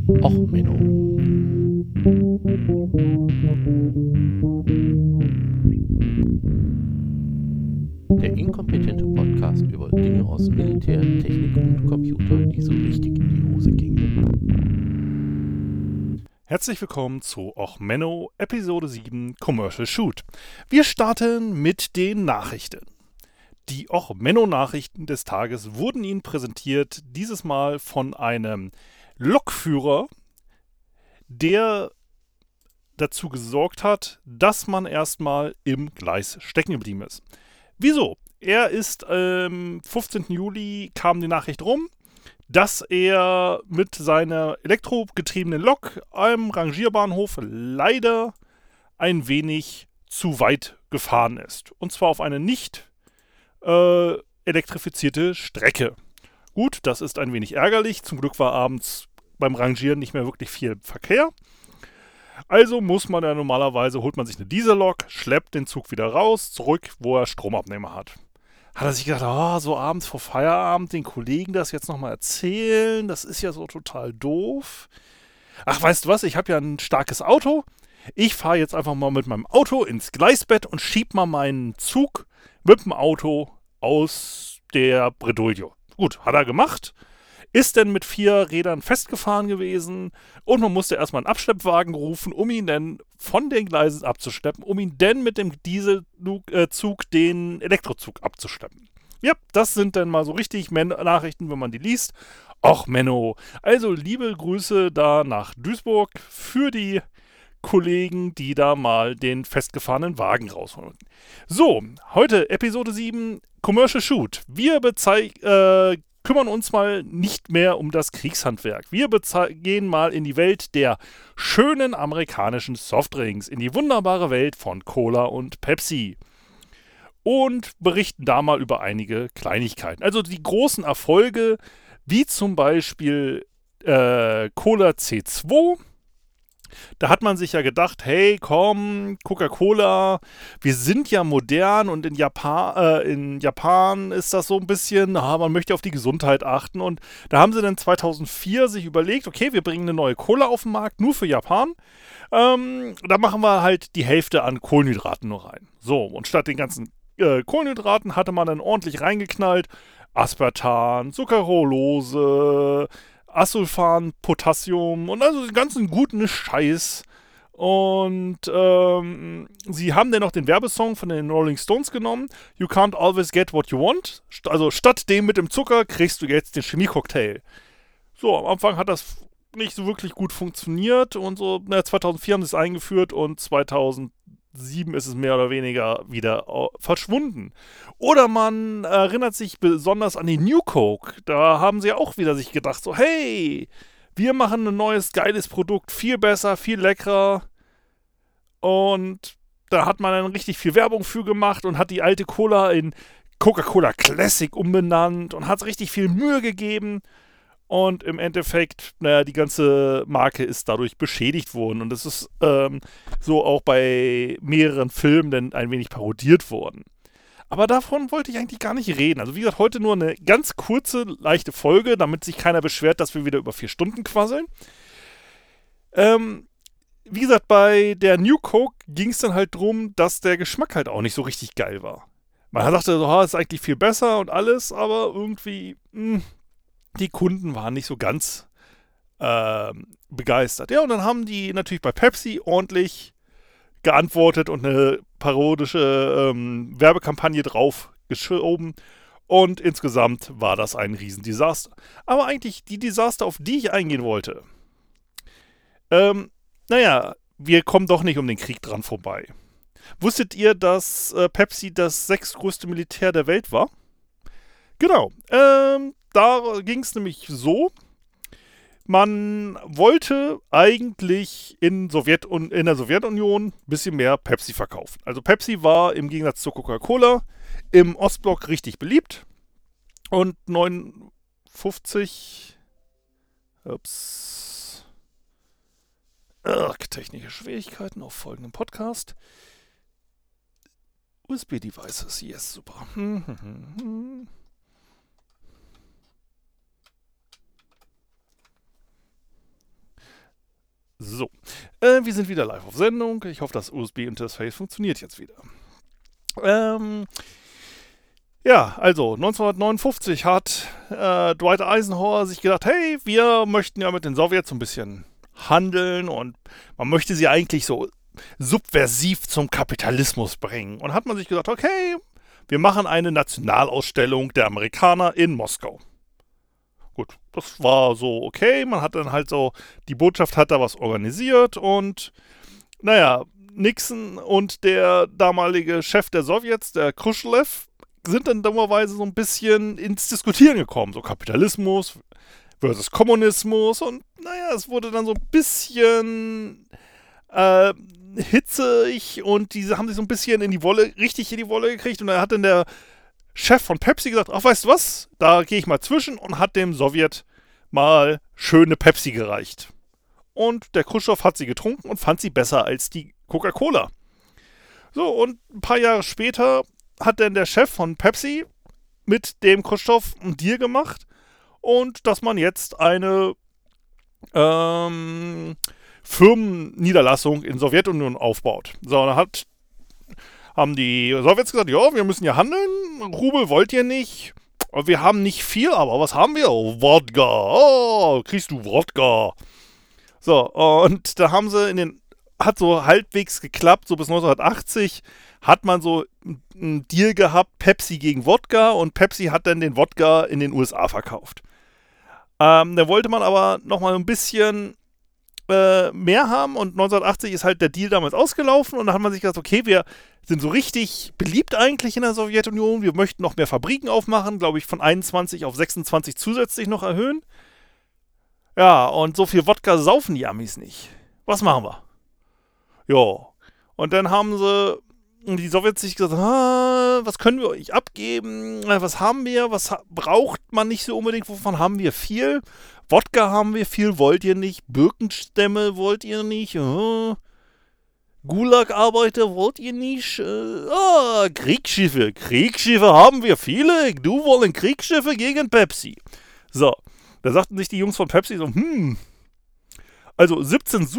Och, Menno. Der inkompetente Podcast über Dinge aus Militär, Technik und Computer, die so richtig in die Hose gingen. Herzlich willkommen zu Och Menno, Episode 7, Commercial Shoot. Wir starten mit den Nachrichten. Die Och Menno Nachrichten des Tages wurden Ihnen präsentiert, dieses Mal von einem Lokführer, der dazu gesorgt hat, dass man erstmal im Gleis stecken geblieben ist. Wieso? Er ist 15. Juli kam die Nachricht rum, dass er mit seiner elektrogetriebenen Lok am Rangierbahnhof leider ein wenig zu weit gefahren ist. Und zwar auf eine nicht elektrifizierte Strecke. Gut, das ist ein wenig ärgerlich. Zum Glück war abends beim Rangieren nicht mehr wirklich viel Verkehr. Also muss man ja normalerweise, holt man sich eine Diesellok, schleppt den Zug wieder raus, zurück, wo er Stromabnehmer hat. Hat er sich gedacht, so abends vor Feierabend den Kollegen das jetzt nochmal erzählen, das ist ja so total doof. Ach, weißt du was, ich habe ja ein starkes Auto. Ich fahre jetzt einfach mal mit meinem Auto ins Gleisbett und schieb mal meinen Zug mit dem Auto aus der Bredouille. Gut, hat er gemacht. Ist denn mit 4 Rädern festgefahren gewesen und man musste erstmal einen Abschleppwagen rufen, um ihn dann von den Gleisen abzuschleppen, um ihn dann mit dem Dieselzug den Elektrozug abzuschleppen. Ja, das sind dann mal so richtig Nachrichten, wenn man die liest. Och, Menno. Also liebe Grüße da nach Duisburg für die Kollegen, die da mal den festgefahrenen Wagen rausholen. So, heute Episode 7, Commercial Shoot. Wir kümmern uns mal nicht mehr um das Kriegshandwerk. Wir gehen mal in die Welt der schönen amerikanischen Softdrinks, in die wunderbare Welt von Cola und Pepsi. Und berichten da mal über einige Kleinigkeiten. Also die großen Erfolge, wie zum Beispiel Cola C2. Da hat man sich ja gedacht, hey, komm, Coca-Cola, wir sind ja modern und in Japan ist das so ein bisschen, man möchte auf die Gesundheit achten. Und da haben sie dann 2004 sich überlegt, okay, wir bringen eine neue Cola auf den Markt, nur für Japan. Da machen wir halt die Hälfte an Kohlenhydraten nur rein. So, und statt den ganzen Kohlenhydraten hatte man dann ordentlich reingeknallt Aspartan, Sucralose, Asulfan, Potassium und also den ganzen guten Scheiß. Und sie haben dann noch den Werbesong von den Rolling Stones genommen. You can't always get what you want. Also statt dem mit dem Zucker kriegst du jetzt den Chemiecocktail. So, am Anfang hat das nicht so wirklich gut funktioniert und so, 2004 haben sie es eingeführt und 2007 ist es mehr oder weniger wieder verschwunden. Oder man erinnert sich besonders an die New Coke. Da haben sie auch wieder sich gedacht, so hey, wir machen ein neues, geiles Produkt, viel besser, viel leckerer. Und da hat man dann richtig viel Werbung für gemacht und hat die alte Cola in Coca-Cola Classic umbenannt und hat richtig viel Mühe gegeben. Und im Endeffekt, die ganze Marke ist dadurch beschädigt worden. Und es ist so auch bei mehreren Filmen dann ein wenig parodiert worden. Aber davon wollte ich eigentlich gar nicht reden. Also wie gesagt, heute nur eine ganz kurze, leichte Folge, damit sich keiner beschwert, dass wir wieder über 4 Stunden quasseln. Wie gesagt, bei der New Coke ging es dann halt drum, dass der Geschmack halt auch nicht so richtig geil war. Man sagte so, ist eigentlich viel besser und alles, aber irgendwie, die Kunden waren nicht so ganz begeistert. Ja, und dann haben die natürlich bei Pepsi ordentlich geantwortet und eine parodische Werbekampagne drauf geschoben. Und insgesamt war das ein Riesendesaster. Aber eigentlich die Desaster, auf die ich eingehen wollte. Wir kommen doch nicht um den Krieg dran vorbei. Wusstet ihr, dass Pepsi das 6. größte Militär der Welt war? Genau. Da ging es nämlich so. Man wollte eigentlich in der Sowjetunion ein bisschen mehr Pepsi verkaufen. Also Pepsi war im Gegensatz zu Coca-Cola im Ostblock richtig beliebt. Und 59... technische Schwierigkeiten auf folgendem Podcast. USB-Devices, yes, super. Wir sind wieder live auf Sendung. Ich hoffe, das USB-Interface funktioniert jetzt wieder. Also 1959 hat Dwight Eisenhower sich gedacht, hey, wir möchten ja mit den Sowjets so ein bisschen handeln und man möchte sie eigentlich so subversiv zum Kapitalismus bringen. Und hat man sich gedacht, okay, wir machen eine Nationalausstellung der Amerikaner in Moskau. Gut, das war so okay. Man hat dann halt so, die Botschaft hat da was organisiert und naja, Nixon und der damalige Chef der Sowjets, der Khrushchev, sind dann dummerweise so ein bisschen ins Diskutieren gekommen. So Kapitalismus versus Kommunismus und naja, es wurde dann so ein bisschen hitzig und diese haben sich so ein bisschen richtig in die Wolle gekriegt und da hat dann der Chef von Pepsi gesagt, ach, weißt du was, da gehe ich mal zwischen und hat dem Sowjet mal schöne Pepsi gereicht. Und der Khrushchev hat sie getrunken und fand sie besser als die Coca-Cola. So, und ein paar Jahre später hat dann der Chef von Pepsi mit dem Khrushchev einen Deal gemacht und dass man jetzt eine Firmenniederlassung in Sowjetunion aufbaut. So, und dann haben die Sowjets gesagt, ja, wir müssen ja handeln, Rubel wollt ihr nicht, wir haben nicht viel, aber was haben wir? Oh, Wodka, oh, kriegst du Wodka. So, und da haben sie hat so halbwegs geklappt, so bis 1980 hat man so einen Deal gehabt, Pepsi gegen Wodka und Pepsi hat dann den Wodka in den USA verkauft. Da wollte man aber nochmal ein bisschen mehr haben und 1980 ist halt der Deal damals ausgelaufen und dann hat man sich gedacht, okay, wir sind so richtig beliebt eigentlich in der Sowjetunion, wir möchten noch mehr Fabriken aufmachen, glaube ich von 21 auf 26 zusätzlich noch erhöhen. Ja, und so viel Wodka saufen die Amis nicht. Was machen wir? Ja, und dann haben die Sowjets sich gesagt, was können wir euch abgeben? Was haben wir? Was braucht man nicht so unbedingt? Wovon haben wir viel? Wodka haben wir viel, wollt ihr nicht? Birkenstämme wollt ihr nicht? Gulag-Arbeiter wollt ihr nicht? Kriegsschiffe. Kriegsschiffe haben wir viele. Du wollen Kriegsschiffe gegen Pepsi. So, da sagten sich die Jungs von Pepsi so, also 17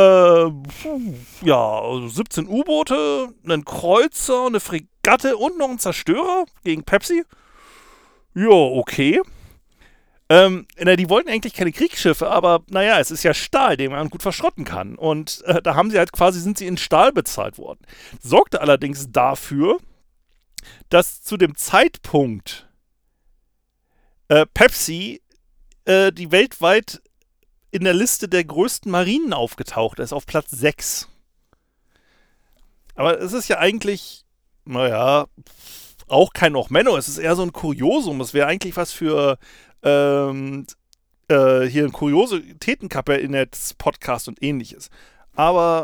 17 U-Boote, einen Kreuzer, eine Fregatte und noch einen Zerstörer gegen Pepsi. Ja, okay. Die wollten eigentlich keine Kriegsschiffe, aber naja, es ist ja Stahl, den man gut verschrotten kann. Und da haben sie halt sind sie in Stahl bezahlt worden. Sorgte allerdings dafür, dass zu dem Zeitpunkt Pepsi die weltweit in der Liste der größten Marinen aufgetaucht ist, auf Platz 6. Aber es ist ja eigentlich, auch kein Menno, es ist eher so ein Kuriosum. Es wäre eigentlich was für hier ein Kuriositäten-Kabinett-Podcast und ähnliches. Aber,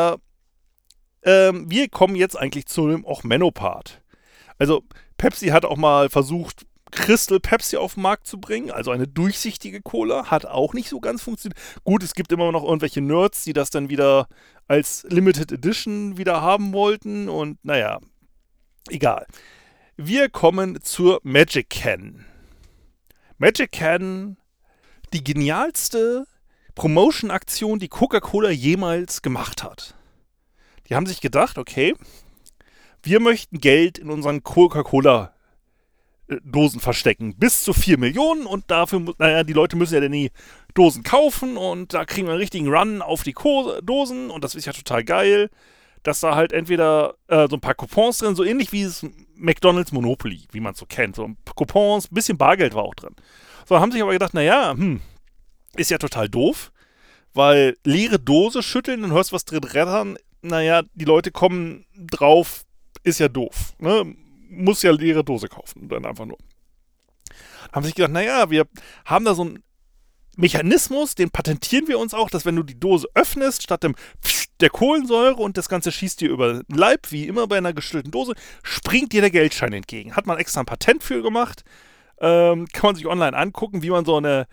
wir kommen jetzt eigentlich zu dem Menno-Part. Also, Pepsi hat auch mal versucht, Crystal Pepsi auf den Markt zu bringen, also eine durchsichtige Cola, hat auch nicht so ganz funktioniert. Gut, es gibt immer noch irgendwelche Nerds, die das dann wieder als Limited Edition wieder haben wollten und egal. Wir kommen zur Magic Can. Magic Can, die genialste Promotion-Aktion, die Coca-Cola jemals gemacht hat. Die haben sich gedacht, okay, wir möchten Geld in unseren Coca-Cola-Dosen verstecken. Bis zu 4 Millionen und dafür, die Leute müssen ja dann die Dosen kaufen und da kriegen wir einen richtigen Run auf die Dosen und das ist ja total geil, dass da halt entweder so ein paar Coupons drin, so ähnlich wie das McDonald's Monopoly, wie man es so kennt. So Coupons, ein bisschen Bargeld war auch drin. So, haben sich aber gedacht, ist ja total doof, weil leere Dose schütteln, dann hörst du was drin rettern, die Leute kommen drauf, ist ja doof, ne? Muss ja leere Dose kaufen, dann einfach nur. Haben sich gedacht, wir haben da so einen Mechanismus, den patentieren wir uns auch, dass wenn du die Dose öffnest, statt der Kohlensäure und das Ganze schießt dir über den Leib, wie immer bei einer gefüllten Dose, springt dir der Geldschein entgegen. Hat man extra ein Patent für gemacht. Kann man sich online angucken, wie man so eine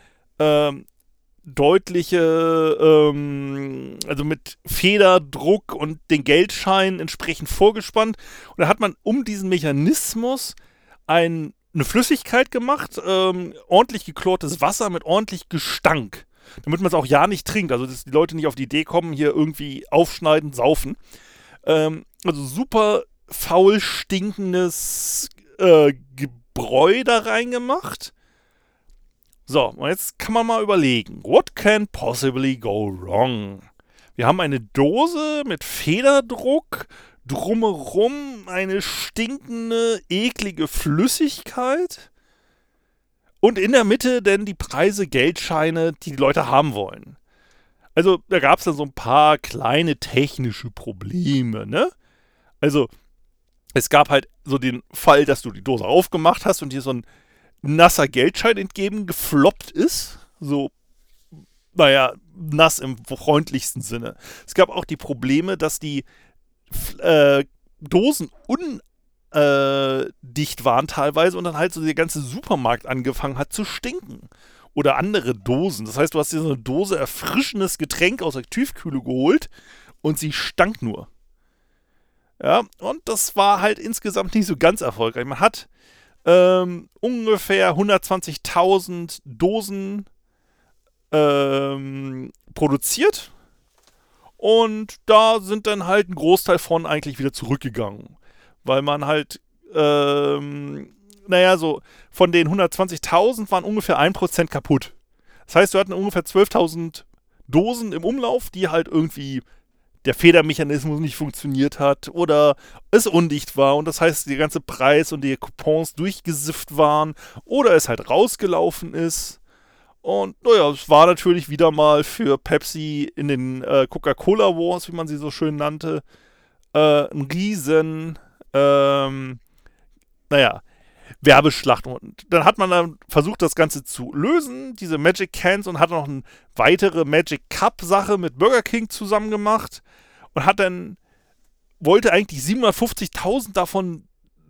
deutliche, also mit Federdruck und den Geldschein entsprechend vorgespannt. Und da hat man um diesen Mechanismus eine Flüssigkeit gemacht, ordentlich geklortes Wasser mit ordentlich Gestank. Damit man es auch ja nicht trinkt. Also, dass die Leute nicht auf die Idee kommen, hier irgendwie aufschneiden, saufen. Also super faul stinkendes Gebräu da reingemacht. So, und jetzt kann man mal überlegen. What can possibly go wrong? Wir haben eine Dose mit Federdruck, drumherum eine stinkende, eklige Flüssigkeit und in der Mitte dann die Preise Geldscheine, die Leute haben wollen. Also, da gab es dann so ein paar kleine technische Probleme, ne? Also, es gab halt so den Fall, dass du die Dose aufgemacht hast und dir so ein nasser Geldschein entgegengefloppt ist. So, naja, nass im freundlichsten Sinne. Es gab auch die Probleme, dass die Dosen undicht waren teilweise und dann halt so der ganze Supermarkt angefangen hat zu stinken. Oder andere Dosen. Das heißt, du hast dir so eine Dose erfrischendes Getränk aus der Tiefkühle geholt und sie stank nur. Ja, und das war halt insgesamt nicht so ganz erfolgreich. Man hat ungefähr 120.000 Dosen produziert und da sind dann halt ein Großteil von eigentlich wieder zurückgegangen. Weil man halt, naja, so von den 120.000 waren ungefähr 1% kaputt. Das heißt, wir hatten ungefähr 12.000 Dosen im Umlauf, die halt irgendwie der Federmechanismus nicht funktioniert hat oder es undicht war und das heißt, der ganze Preis und die Coupons durchgesifft waren oder es halt rausgelaufen ist. Und naja, es war natürlich wieder mal für Pepsi in den Coca-Cola Wars, wie man sie so schön nannte, ein riesen, Werbeschlacht. Und dann hat man dann versucht, das Ganze zu lösen, diese Magic Cans, und hat noch eine weitere Magic Cup Sache mit Burger King zusammen gemacht und wollte eigentlich 750.000 davon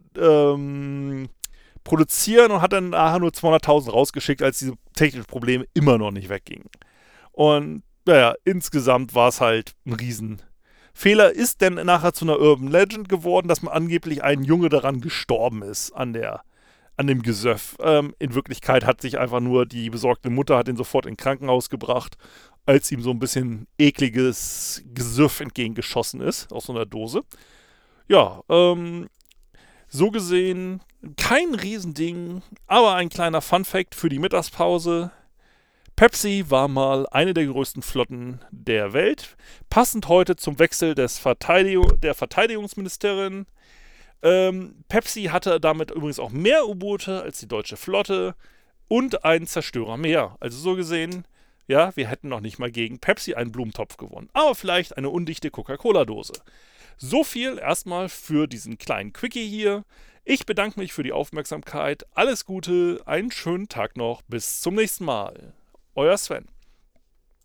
produzieren und hat dann nachher nur 200.000 rausgeschickt, als diese technischen Probleme immer noch nicht weggingen. Und naja, insgesamt war es halt ein Riesenfehler. Ist denn nachher zu einer Urban Legend geworden, dass man angeblich ein Junge daran gestorben ist, an dem Gesöff. In Wirklichkeit hat sich einfach nur die besorgte Mutter hat ihn sofort ins Krankenhaus gebracht, als ihm so ein bisschen ekliges Gesöff entgegengeschossen ist aus so einer Dose. Ja, so gesehen kein Riesending, aber ein kleiner Funfact für die Mittagspause. Pepsi war mal eine der größten Flotten der Welt. Passend heute zum Wechsel der Verteidigungsministerin. Pepsi hatte damit übrigens auch mehr U-Boote als die deutsche Flotte und einen Zerstörer mehr. Also so gesehen, ja, wir hätten noch nicht mal gegen Pepsi einen Blumentopf gewonnen. Aber vielleicht eine undichte Coca-Cola-Dose. So viel erstmal für diesen kleinen Quickie hier. Ich bedanke mich für die Aufmerksamkeit. Alles Gute, einen schönen Tag noch. Bis zum nächsten Mal. Euer Sven.